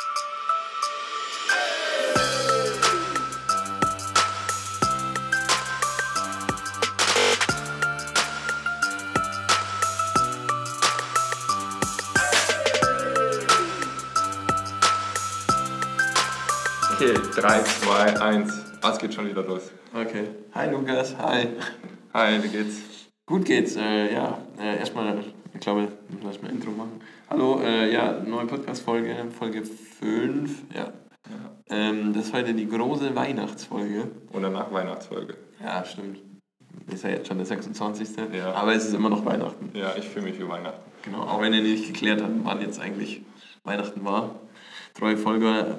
Okay, 3, 2, 1. Es geht schon wieder los. Okay. Hi Lukas, hi. Hi, wie geht's? Gut geht's, erstmal, ich glaube, lass mal ein Intro machen. Hallo, neue Podcast-Folge, Folge 5, ja. Das ist heute die große Weihnachtsfolge. Oder Nachweihnachtsfolge. Ja, stimmt. Ist ja jetzt schon der 26. Ja. Aber es ist immer noch Weihnachten. Ja, ich fühle mich wie Weihnachten. Genau, auch wenn ihr nicht geklärt habt, wann jetzt eigentlich Weihnachten war. Treue Follower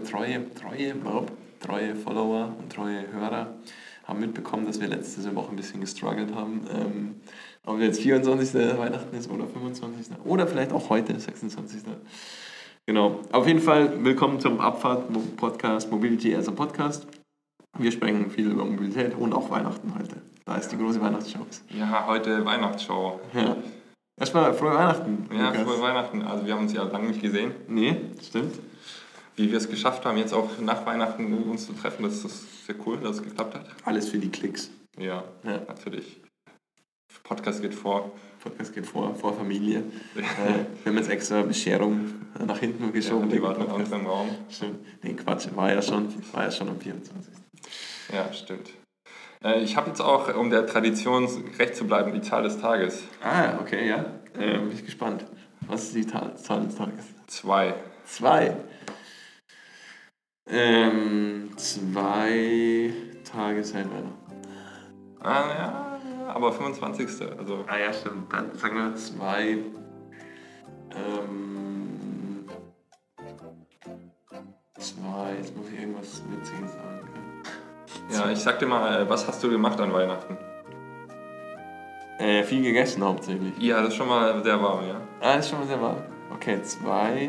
und treue Hörer haben mitbekommen, dass wir letzte Woche ein bisschen gestruggelt haben. Ob jetzt 24. Weihnachten ist oder 25. Oder vielleicht auch heute, 26. Genau. Auf jeden Fall willkommen zum Abfahrt-Podcast Mobility as a Podcast. Wir sprechen viel über Mobilität und auch Weihnachten heute. Da ist die große Weihnachtsshow. Ja, heute Weihnachtsshow. Ja. Erstmal frohe Weihnachten. Ja, Lukas. frohe Weihnachten. Also wir haben uns ja lange nicht gesehen. Nee, stimmt. Wie wir es geschafft haben, jetzt auch nach Weihnachten uns zu treffen, das ist sehr cool, dass es geklappt hat. Alles für die Klicks. Ja. Natürlich. Podcast geht vor. Podcast geht vor Familie. Wir haben jetzt extra Bescherung nach hinten geschoben. Ja, die warten in einem anderen Raum. Stimmt. Nee, Quatsch, war ja schon am 24. Ja, stimmt. Ich habe jetzt auch, um der Tradition gerecht zu bleiben, die Zahl des Tages. Ah, okay, ja. Bin ich gespannt. Was ist die Zahl des Tages? 2. 2. 2 Tage seit Weihnachten. Ja, aber 25. Also. Ah ja, stimmt. Dann sagen wir 2. Jetzt muss ich irgendwas Witziges sagen. Ja, ich sag dir mal, was hast du gemacht an Weihnachten? Viel gegessen hauptsächlich. Ja, das ist schon mal sehr warm, ja. Ah, ist schon mal sehr warm. Okay, 2.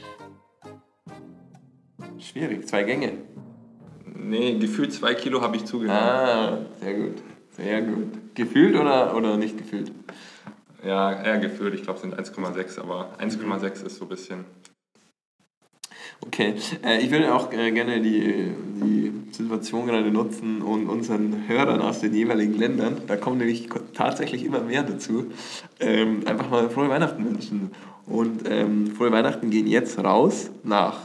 Schwierig, 2 Gänge. Nee, gefühlt 2 Kilo habe ich zugenommen. Ah, sehr gut. Sehr gut. Gefühlt oder nicht gefühlt? Ja, eher gefühlt. Ich glaube, es sind 1,6, aber 1,6 ist so ein bisschen... Okay, ich würde auch gerne die Situation gerade nutzen und unseren Hörern aus den jeweiligen Ländern, da kommen nämlich tatsächlich immer mehr dazu, einfach mal frohe Weihnachten wünschen. Und frohe Weihnachten gehen jetzt raus nach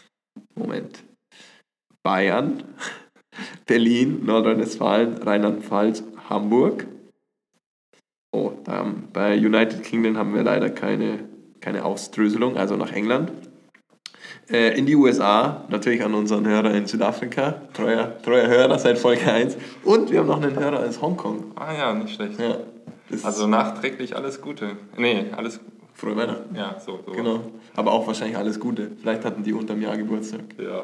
Bayern, Berlin, Nordrhein-Westfalen, Rheinland-Pfalz, Hamburg. Oh, bei United Kingdom haben wir leider keine Ausdröselung, also nach England. In die USA, natürlich an unseren Hörer in Südafrika, treuer Hörer seit Folge 1. Und wir haben noch einen Hörer aus Hongkong. Ah ja, nicht schlecht. Ja, also nachträglich alles Gute. Nee, alles... Frohe Weihnachten. Ja, so. Genau, aber auch wahrscheinlich alles Gute. Vielleicht hatten die unterm Jahr Geburtstag.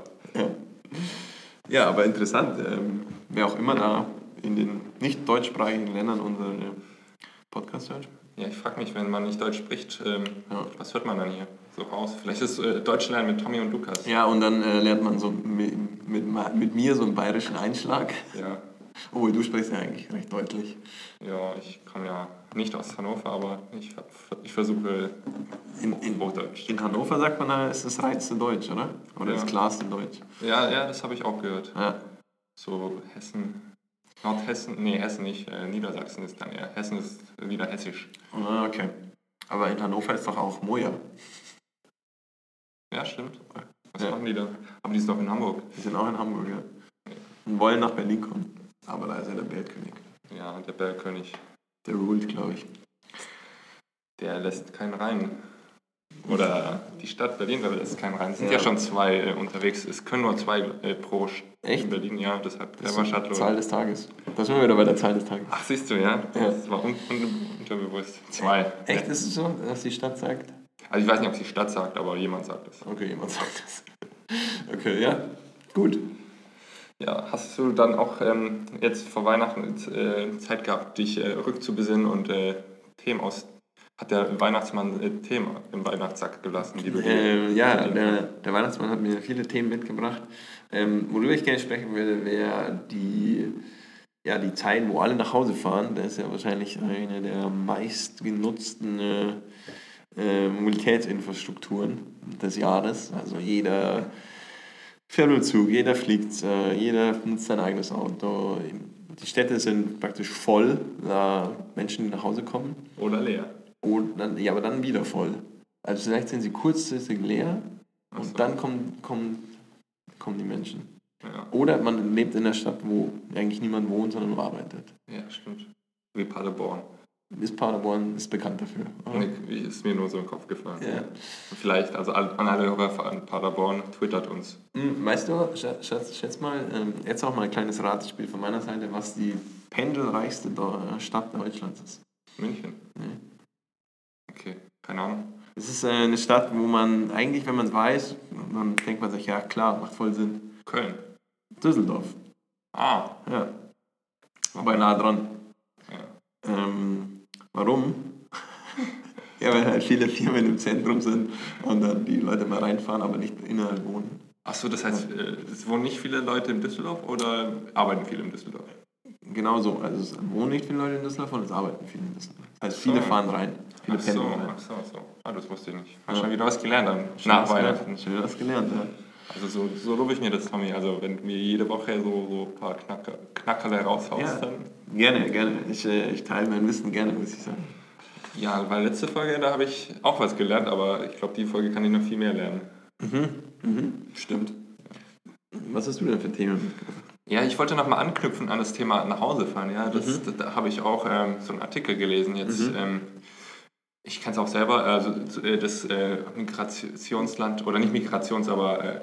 Ja, aber interessant. Wer auch immer da in den nicht deutschsprachigen Ländern unsere Podcast hört. Ja, ich frage mich, wenn man nicht Deutsch spricht, was hört man dann hier so raus? Vielleicht ist Deutsch lernen mit Tommy und Lukas. Ja, und dann lernt man so mit mir so einen bayerischen Einschlag. Ja. Obwohl, du sprichst ja eigentlich recht deutlich. Ja, ich komme ja nicht aus Hannover, aber ich versuche Hochdeutsch. In Hannover sagt man, ist das reinste Deutsch, oder? Oder das klarste Deutsch. Ja, das habe ich auch gehört. Ja. So Hessen, Nordhessen, nee, Hessen nicht, Niedersachsen ist dann eher. Hessen ist wieder hessisch. Ah, okay. Aber in Hannover ist doch auch Moja. Ja, stimmt. Was machen die da? Aber die sind doch in Hamburg. Die sind auch in Hamburg, ja. Und wollen nach Berlin kommen. Aber da ist ja der Bergkönig. Ja, der Bergkönig. Der ruled, glaube ich. Der lässt keinen rein. Oder die Stadt Berlin lässt keinen rein. Es sind ja schon 2 unterwegs. Es können nur 2 pro Echt? in Berlin. Ja, deshalb Das war ist die Shuttle. Zahl des Tages. Da sind wir wieder bei der Zahl des Tages. Ach, siehst du, ja? Das war unterbewusst. 2. Echt? Ist es so, dass die Stadt sagt? Also ich weiß nicht, ob es die Stadt sagt, aber jemand sagt es. Okay, jemand sagt es. Okay, ja. Gut. Ja, hast du dann auch jetzt vor Weihnachten Zeit gehabt, dich rückzubesinnen und Themen aus... Hat der Weihnachtsmann Themen im Weihnachtssack gelassen, die du der Weihnachtsmann hat mir viele Themen mitgebracht. Worüber ich gerne sprechen würde, wäre die Zeit, wo alle nach Hause fahren. Das ist ja wahrscheinlich eine der meistgenutzten Mobilitätsinfrastrukturen des Jahres. Also jeder fährt mit dem Zug, jeder fliegt, jeder nutzt sein eigenes Auto. Die Städte sind praktisch voll, Menschen, die nach Hause kommen. Oder leer. Ja, aber dann wieder voll. Also vielleicht sind sie kurzzeitig leer und so. dann kommen die Menschen. Ja. Oder man lebt in einer Stadt, wo eigentlich niemand wohnt, sondern nur arbeitet. Ja, stimmt. Wie Paderborn. Paderborn ist bekannt dafür. Oder? Ist mir nur so im Kopf gefallen. Ja. Vielleicht, also an alle Hörer von Paderborn, twittert uns. Weißt du, schätz mal, jetzt auch mal ein kleines Ratespiel von meiner Seite, was die pendelreichste Stadt Deutschlands ist. München? Nee. Okay, keine Ahnung. Es ist eine Stadt, wo man eigentlich, wenn man es weiß, dann denkt man sich, ja klar, macht voll Sinn. Köln. Düsseldorf. Ah. Ja. Aber nah dran. Ja. Warum? Ja, weil halt viele Firmen im Zentrum sind und dann die Leute mal reinfahren, aber nicht innerhalb wohnen. Achso, das heißt, es wohnen nicht viele Leute in Düsseldorf oder arbeiten viele in Düsseldorf? Genau so. Also es wohnen nicht viele Leute in Düsseldorf und es arbeiten viele in Düsseldorf. Das heißt, viele fahren rein. Viele pendeln rein. Ach so. Ah, das wusste ich nicht. Hast schon wieder was gelernt dann Schon nach Weihnachten. Schon wieder was gelernt, ja. Also so lobe ich mir das, Tommy. Also wenn du mir jede Woche so ein paar Knackerle raushaust, Ja, dann... Gerne. Ich teile mein Wissen gerne, muss ich sagen. Ja, weil letzte Folge, da habe ich auch was gelernt, aber ich glaube, die Folge kann ich noch viel mehr lernen. Stimmt. Was hast du denn für Themen mitgebracht? Ja, ich wollte nochmal anknüpfen an das Thema nach Hause fahren. Ja, da habe ich auch so einen Artikel gelesen jetzt. Ich kenne es auch selber, also das Migrationsland, oder nicht Migrations-, aber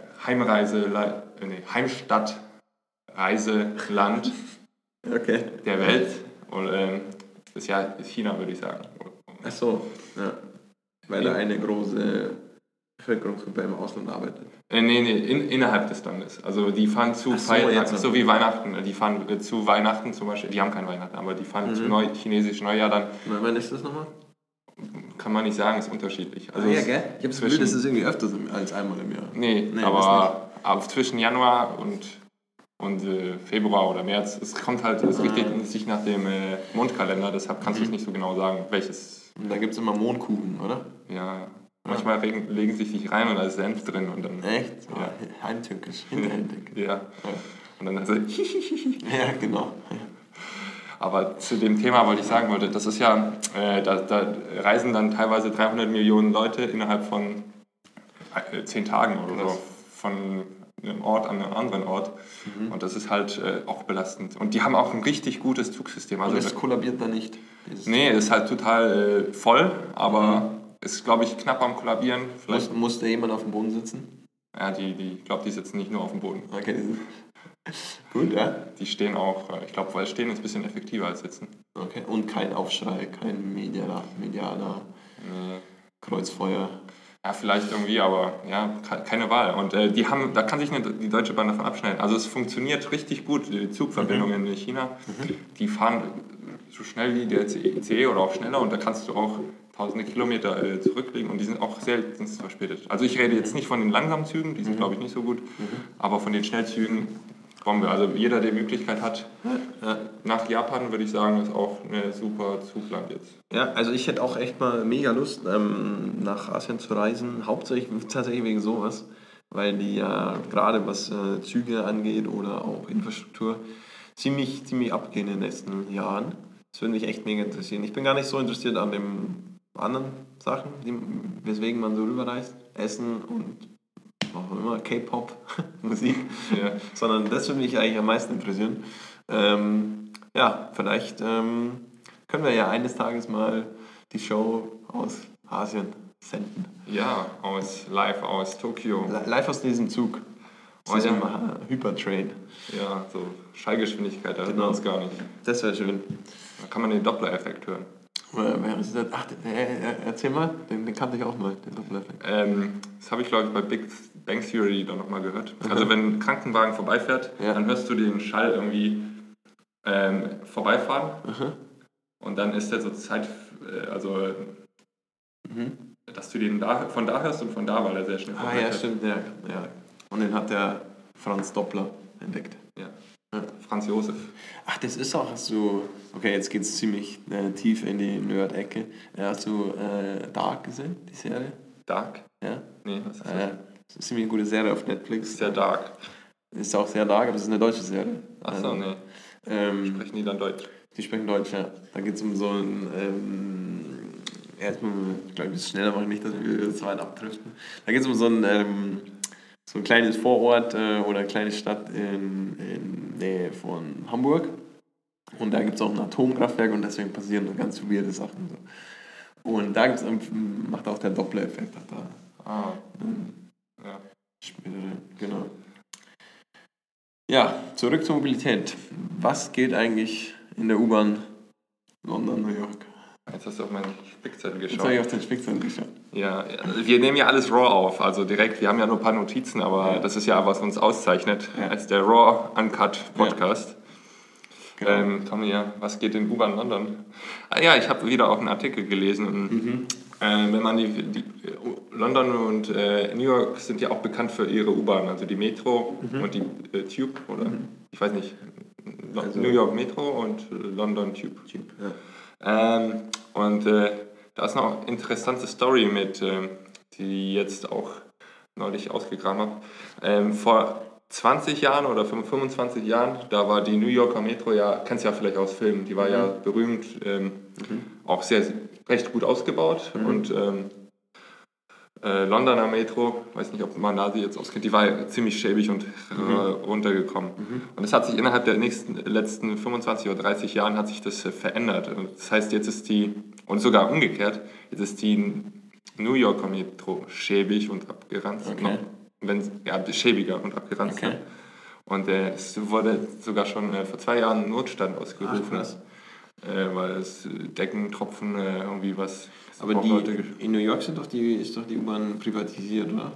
Heimstadtreiseland Okay. der Welt. Und das ist China, würde ich sagen. Ach so, ja. Weil da eine große Bevölkerungsgruppe im Ausland arbeitet. Innerhalb des Landes. Also die fahren zu Feiertagen, so wie Weihnachten. Die fahren zu Weihnachten zum Beispiel, die haben kein Weihnachten, aber die fahren zu chinesischen Neujahr dann. Wann ist das nochmal? Kann man nicht sagen, ist unterschiedlich. Also ja, gell? Ich habe das Gefühl, das ist irgendwie öfter als einmal im Jahr. Nee, aber zwischen Januar und Februar oder März, es richtet sich nach dem Mondkalender, deshalb kannst du es nicht so genau sagen, welches. Und da gibt es immer Mondkuchen, oder? Ja, manchmal legen sich nicht rein und da ist Senf drin und dann... Echt? Ja. Heimtückisch. Ja. Und dann ja, genau. Aber zu dem Thema wollte ich sagen, das ist ja, da reisen dann teilweise 300 Millionen Leute innerhalb von 10 Tagen oder so von einem Ort an einen anderen Ort. Und das ist halt auch belastend. Und die haben auch ein richtig gutes Zugsystem. Also das kollabiert da nicht? Nee, ist halt total voll, aber ist, glaube ich, knapp am Kollabieren. Muss da jemand auf dem Boden sitzen? Ja, ich glaube, die sitzen nicht nur auf dem Boden. Okay, gut, ja. Die stehen auch, ich glaube, weil stehen ist ein bisschen effektiver als sitzen. Okay, und kein Aufschrei, kein medialer Kreuzfeuer. Ja, vielleicht irgendwie, aber ja, keine Wahl. Und da kann sich die Deutsche Bahn davon abschneiden. Also es funktioniert richtig gut, die Zugverbindungen in China. Die fahren so schnell wie der ICE oder auch schneller und da kannst du auch tausende Kilometer zurücklegen und die sind auch selten verspätet. Also ich rede jetzt nicht von den langsamen Zügen, die sind glaube ich nicht so gut, aber von den Schnellzügen Bombe. Also jeder, der die Möglichkeit hat, nach Japan würde ich sagen, ist auch eine super Zugland jetzt. Ja, also ich hätte auch echt mal mega Lust, nach Asien zu reisen, hauptsächlich tatsächlich wegen sowas, weil die ja gerade was Züge angeht oder auch Infrastruktur ziemlich abgehen in den nächsten Jahren. Das würde mich echt mega interessieren. Ich bin gar nicht so interessiert an den anderen Sachen, weswegen man so rüberreist, Essen und auch immer K-Pop, Musik, sondern das würde mich eigentlich am meisten interessieren. Vielleicht können wir ja eines Tages mal die Show aus Asien senden. Ja, live aus Tokio. Live aus diesem Zug. Aus diesem Hypertrain. Ja, so Schallgeschwindigkeit, da hört man uns gar nicht. Das wäre schön. Da kann man den Doppler-Effekt hören. Wer ist das? Ach, erzähl mal, den kannte ich auch mal, den Doppler-Effekt. Das habe ich, glaube ich, bei Big Bang Theory dann nochmal gehört. Also wenn ein Krankenwagen vorbeifährt, dann hörst du den Schall irgendwie vorbeifahren und dann ist der so Zeit, dass du den von da hörst und von da, weil er sehr schnell vorbeifährt. Ja, stimmt, ja. Und den hat der Franz Doppler entdeckt. Ja. Franz Josef. Ach, das ist auch so. Okay, jetzt geht es ziemlich tief in die Nerd-Ecke. Hast du Dark gesehen, die Serie? Dark? Ja. Nee, was ist das? Das ist eine ziemlich gute Serie auf Netflix. Ist ja Dark. Ist auch sehr dark, aber es ist eine deutsche Serie. Achso, nee. Sprechen die dann Deutsch? Die sprechen Deutsch, ja. Da geht es um so ein. Erstmal, ich glaube, das schneller machen, nicht, dass wir zu weit abdriften. Da geht es um so ein kleines Vorort oder eine kleine Stadt in Nähe von Hamburg. Und da gibt es auch ein Atomkraftwerk und deswegen passieren ganz weirde Sachen. So. Und da macht auch der Doppler-Effekt. Ja. Genau. Ja, zurück zur Mobilität. Was geht eigentlich in der U-Bahn London, New York? Jetzt hast du auf meinen Spickzettel geschaut. Jetzt habe ich auf den Spickzettel geschaut. Ja, wir nehmen ja alles RAW auf, also direkt. Wir haben ja nur ein paar Notizen, aber das ist ja, was uns auszeichnet als der RAW Uncut Podcast. Ja. Genau. Tommy, was geht in U-Bahn London? Ja, ich habe wieder auch einen Artikel gelesen. Und, wenn man die London und New York sind ja auch bekannt für ihre U-Bahn, also die Metro und die Tube, oder ich weiß nicht, also New York Metro und London Tube. Und da ist noch eine interessante Story mit, die jetzt auch neulich ausgegraben habe. Vor 20 Jahren oder 25 Jahren, da war die New Yorker Metro ja, kennst du ja vielleicht aus Filmen, die war ja berühmt, auch recht gut ausgebaut und Londoner Metro, weiß nicht, ob man da sie jetzt auskennt, die war ziemlich schäbig und runtergekommen. Und es hat sich innerhalb der letzten 25 oder 30 Jahren hat sich das verändert. Das heißt, jetzt ist und sogar umgekehrt, jetzt ist die New Yorker Metro schäbig und abgeranzt. Okay. Schäbiger und abgeranzt. Okay. Und es wurde sogar schon vor 2 Jahren Notstand ausgerufen. Weil es Deckentropfen irgendwie was... Aber in New York ist doch die U-Bahn privatisiert, oder?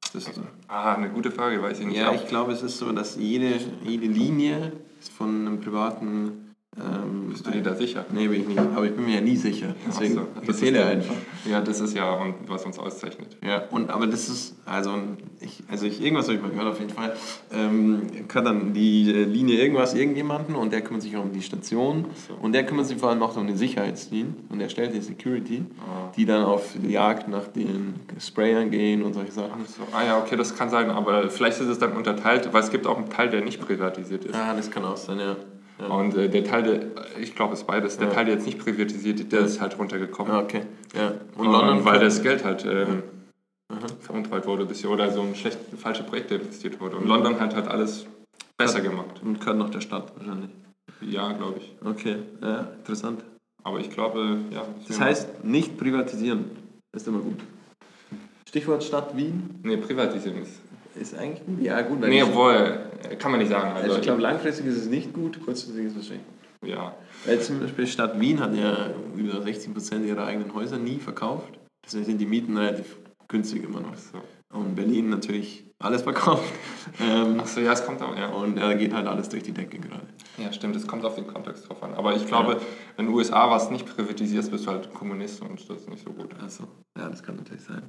Eine gute Frage, weiß ich nicht. Ja, ich glaube, es ist so, dass jede Linie ist von einem privaten... Bist du dir da sicher? Nee, bin ich nicht. Aber ich bin mir ja nie sicher. Deswegen erzähle einfach. Ja, das ist ja, was uns auszeichnet. Ja, aber das ist, irgendwas habe ich mal gehört auf jeden Fall, kann dann die Linie irgendjemanden und der kümmert sich auch um die Station und der kümmert sich vor allem noch um den Sicherheitsdienst und der stellt die Security, die dann auf die Jagd nach den Sprayern gehen und solche Sachen. Ja, okay, das kann sein, aber vielleicht ist es dann unterteilt, weil es gibt auch einen Teil, der nicht privatisiert ist. Das kann auch sein, ja. Und der Teil, ich glaube, es ist beides. Der Teil, der jetzt nicht privatisiert, der ist halt runtergekommen. Okay. Ja. Und London, weil das Geld halt veruntreut wurde bisher oder so ein falsche Projekte investiert wurde. Und London hat halt alles besser gemacht. Und kann noch der Stadt wahrscheinlich. Ja, glaube ich. Okay, ja, interessant. Aber ich glaube, ja. Das heißt, nicht privatisieren. Das ist immer gut. Stichwort Stadt Wien? Nee, privatisieren ist eigentlich gut. Ja, gut. Nee, obwohl, kann man nicht sagen. Also ich glaube, langfristig ist es nicht gut, kurzfristig ist es wahrscheinlich gut. Ja. Weil zum Beispiel Stadt Wien hat ja über 16% ihrer eigenen Häuser nie verkauft. Deswegen sind die Mieten relativ günstig immer noch. So. Und Berlin natürlich alles verkauft. Achso, ja, es kommt auch, ja. Und da geht halt alles durch die Decke gerade. Ja, stimmt, es kommt auf den Kontext drauf an. Aber ich glaube, wenn du USA was nicht privatisierst, bist du halt Kommunist und das ist nicht so gut. Achso, ja, das kann natürlich sein.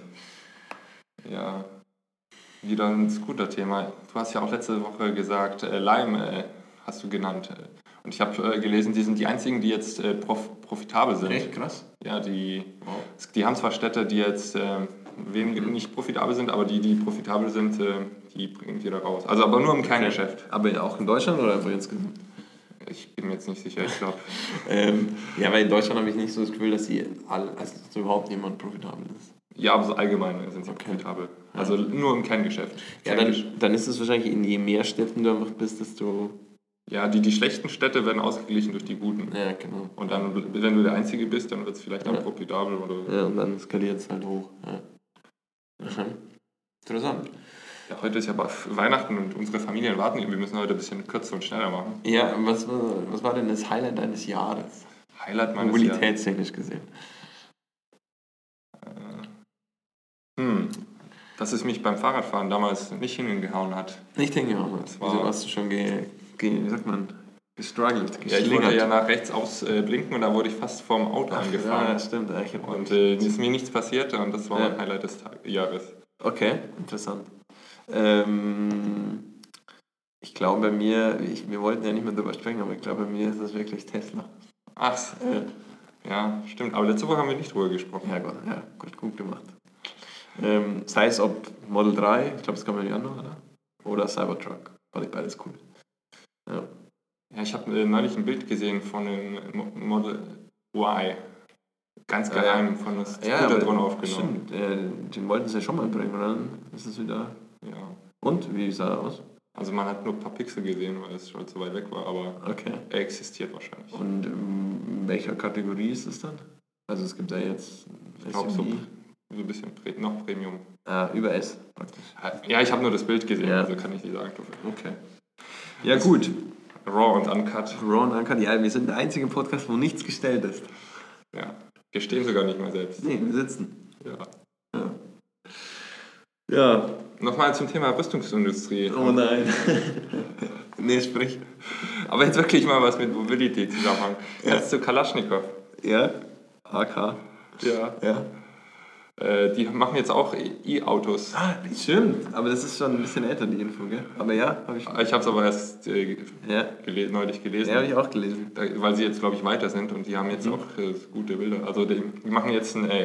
Ja, wieder ein Scooter-Thema. Du hast ja auch letzte Woche gesagt, Lime hast du genannt. Und ich habe gelesen, die sind die einzigen, die jetzt profitabel sind. Echt krass. Ja, die haben zwar Städte, die jetzt nicht profitabel sind, aber die profitabel sind, die bringen wieder raus. Also aber nur im Kerngeschäft. Aber auch in Deutschland oder einfach insgesamt? Ich bin mir jetzt nicht sicher, ich glaube. Ja, weil in Deutschland habe ich nicht so das Gefühl, dass dass überhaupt niemand profitabel ist. Ja, aber so allgemein sind sie profitabel. Also nur im Kerngeschäft. Ja, dann ist es wahrscheinlich, je mehr Städten du einfach bist, desto... Ja, die schlechten Städte werden ausgeglichen durch die guten. Ja, genau. Und dann, wenn du der Einzige bist, dann wird es vielleicht dann profitabel oder... Ja, und dann skaliert es halt hoch. Ja. Interessant. Ja, heute ist ja Weihnachten und unsere Familien warten. Wir müssen heute ein bisschen kürzer und schneller machen. Ja, was war denn das Highlight deines Jahres? Highlight meines Jahres? Mobilitätstechnisch gesehen. Dass es mich beim Fahrradfahren damals nicht hingehauen hat. Nicht hingehauen hat? Wieso warst du schon wie sagt man, gestruggelt? Ja, ich wollte ja nach rechts ausblinken und da wurde ich fast vom Auto angefahren. Ja, stimmt. Und ist mir nichts passiert und das war mein Highlight des Jahres. Okay, interessant. Ich glaube bei mir, wir wollten ja nicht mehr drüber sprechen, aber ich glaube bei mir ist es wirklich Tesla. Ach, ja, stimmt. Aber letzte Woche haben wir nicht drüber gesprochen. Ja, gut gemacht. Sei es ob Model 3, ich glaube, es kommt im Januar, oder Cybertruck. Fand ich beides cool. Ja. Ja, ich habe neulich ein Bild gesehen von einem Model Y. Ganz geheim von einem Scooter drin aufgenommen. Stimmt, den wollten sie ja schon mal bringen, und dann ist es wieder... Ja. Und, wie sah er aus? Also man hat nur ein paar Pixel gesehen, weil es schon zu weit weg war, aber er existiert wahrscheinlich. Und in welcher Kategorie ist es dann? Also es gibt ja jetzt ich glaube so ein bisschen noch Premium. Über S praktisch. Ja, ich habe nur das Bild gesehen, also kann ich nicht sagen. Okay. Ja gut. Raw und Uncut. Ja, wir sind der einzige Podcast, wo nichts gestellt ist. Ja, wir stehen sogar nicht mal selbst. Nee, wir sitzen. Ja. Nochmal zum Thema Rüstungsindustrie. Oh nein. Nee, sprich. Aber jetzt wirklich mal was mit Mobility zusammenhang. Kennst du Kalaschnikow? Ja. AK. Ja. Die machen jetzt auch E-Autos. Stimmt. Aber das ist schon ein bisschen älter, die Info, gell? Aber ja, habe ich... Ich habe es aber erst neulich gelesen. Ja, habe ich auch gelesen. Weil sie jetzt, glaube ich, weiter sind und die haben jetzt auch gute Bilder. Also die machen jetzt ein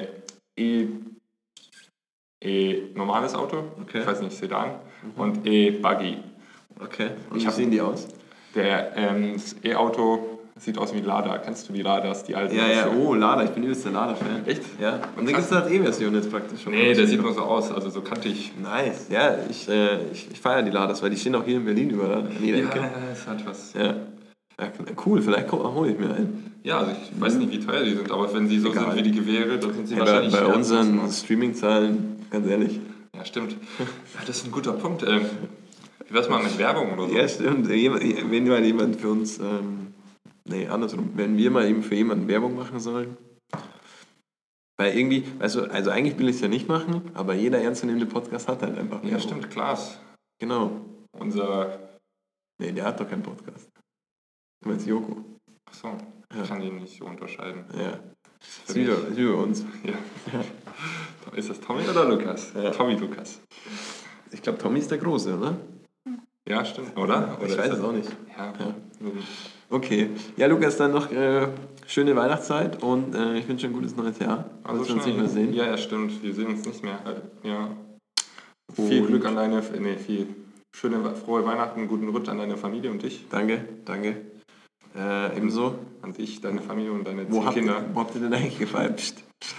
normales Auto, ich weiß nicht, Sedan, und E-Buggy. Okay, und wie sehen die aus? Das E-Auto sieht aus wie Lada. Kennst du die Ladas, die alten? Lada, ich bin übelst der Lada-Fan. Echt? Ja. Und dann gibt es halt E-Version jetzt praktisch schon. Nee, der sieht nur so aus, also so kannte ich. Nice, ja, ich feiere die Ladas, weil die stehen auch hier in Berlin überall an jeder Ecke. Ja, das hat was. Ja, cool, vielleicht hole ich mir einen. Ja, also ich weiß nicht, wie teuer die sind, aber wenn sie so sind wie die Gewehre, dann sind sie wahrscheinlich... Bei unseren Streaming-Zahlen, ganz ehrlich. Ja, stimmt. Ja, das ist ein guter Punkt. Wie wär's mal mit Werbung oder so? Ja, stimmt. Wenn mal jemand für uns... andersrum. Wenn wir mal eben für jemanden Werbung machen sollen. Weil irgendwie, also eigentlich will ich es ja nicht machen, aber jeder ernstzunehmende Podcast hat halt einfach Werbung. Ja, stimmt, Klaas. Genau. Nee, der hat doch keinen Podcast. Du meinst Joko. Ach so, ich kann ihn nicht so unterscheiden. Ja. Ist über uns. Ja. Ist das Tommy oder Lukas? Ja. Tommy Lukas. Ich glaube, Tommy ist der Große, oder? Ja, stimmt, oder? Ich weiß es auch nicht. Ja. Okay. Ja, Lukas, dann noch schöne Weihnachtszeit und ich wünsche ein gutes neues Jahr. Also wir uns nicht mehr sehen. Ja, stimmt. Wir sehen uns nicht mehr. Ja. Viel Glück an schöne, frohe Weihnachten, guten Rutsch an deine Familie und dich. Danke. Ebenso. An dich, deine Familie und deine 10 Kinder. Wo habt ihr denn eigentlich gefeiert?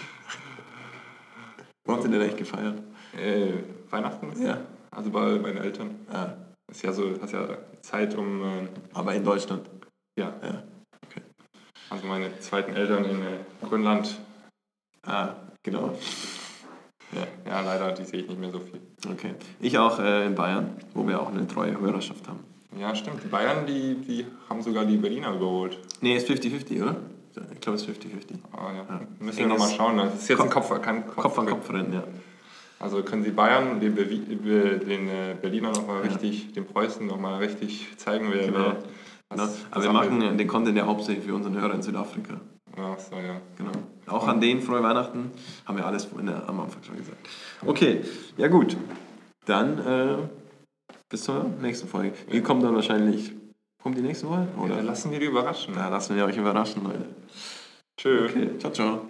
Weihnachten? Ja. Also bei meinen Eltern. Ah. Ist ja so, hast ja Zeit aber in Deutschland? Ja. Okay. Also meine zweiten Eltern in Grönland. Ah, genau. Ja, leider, die sehe ich nicht mehr so viel. Okay. Ich auch in Bayern, wo wir auch eine treue Hörerschaft haben. Ja, stimmt. Die Bayern, die haben sogar die Berliner überholt. Nee, ist 50-50, oder? Ich glaube, es ist 50-50. Ah ja. Müssen wir nochmal schauen. Das ist jetzt ein Kopf-an-Kopf-Rennen, ja. Also können Sie Bayern den Berliner nochmal richtig, den Preußen nochmal richtig zeigen, wer... Genau. Aber wir machen den Content ja hauptsächlich für unseren Hörer in Südafrika. Ach so, ja. Genau. Auch an denen frohe Weihnachten, haben wir alles am Anfang schon gesagt. Okay, ja gut. Dann bis zur nächsten Folge. Die kommt dann wahrscheinlich... Kommt die nächste Woche? Oder? Ja, lassen wir die überraschen. Ja, lassen wir euch überraschen, Leute. Tschö. Okay, ciao.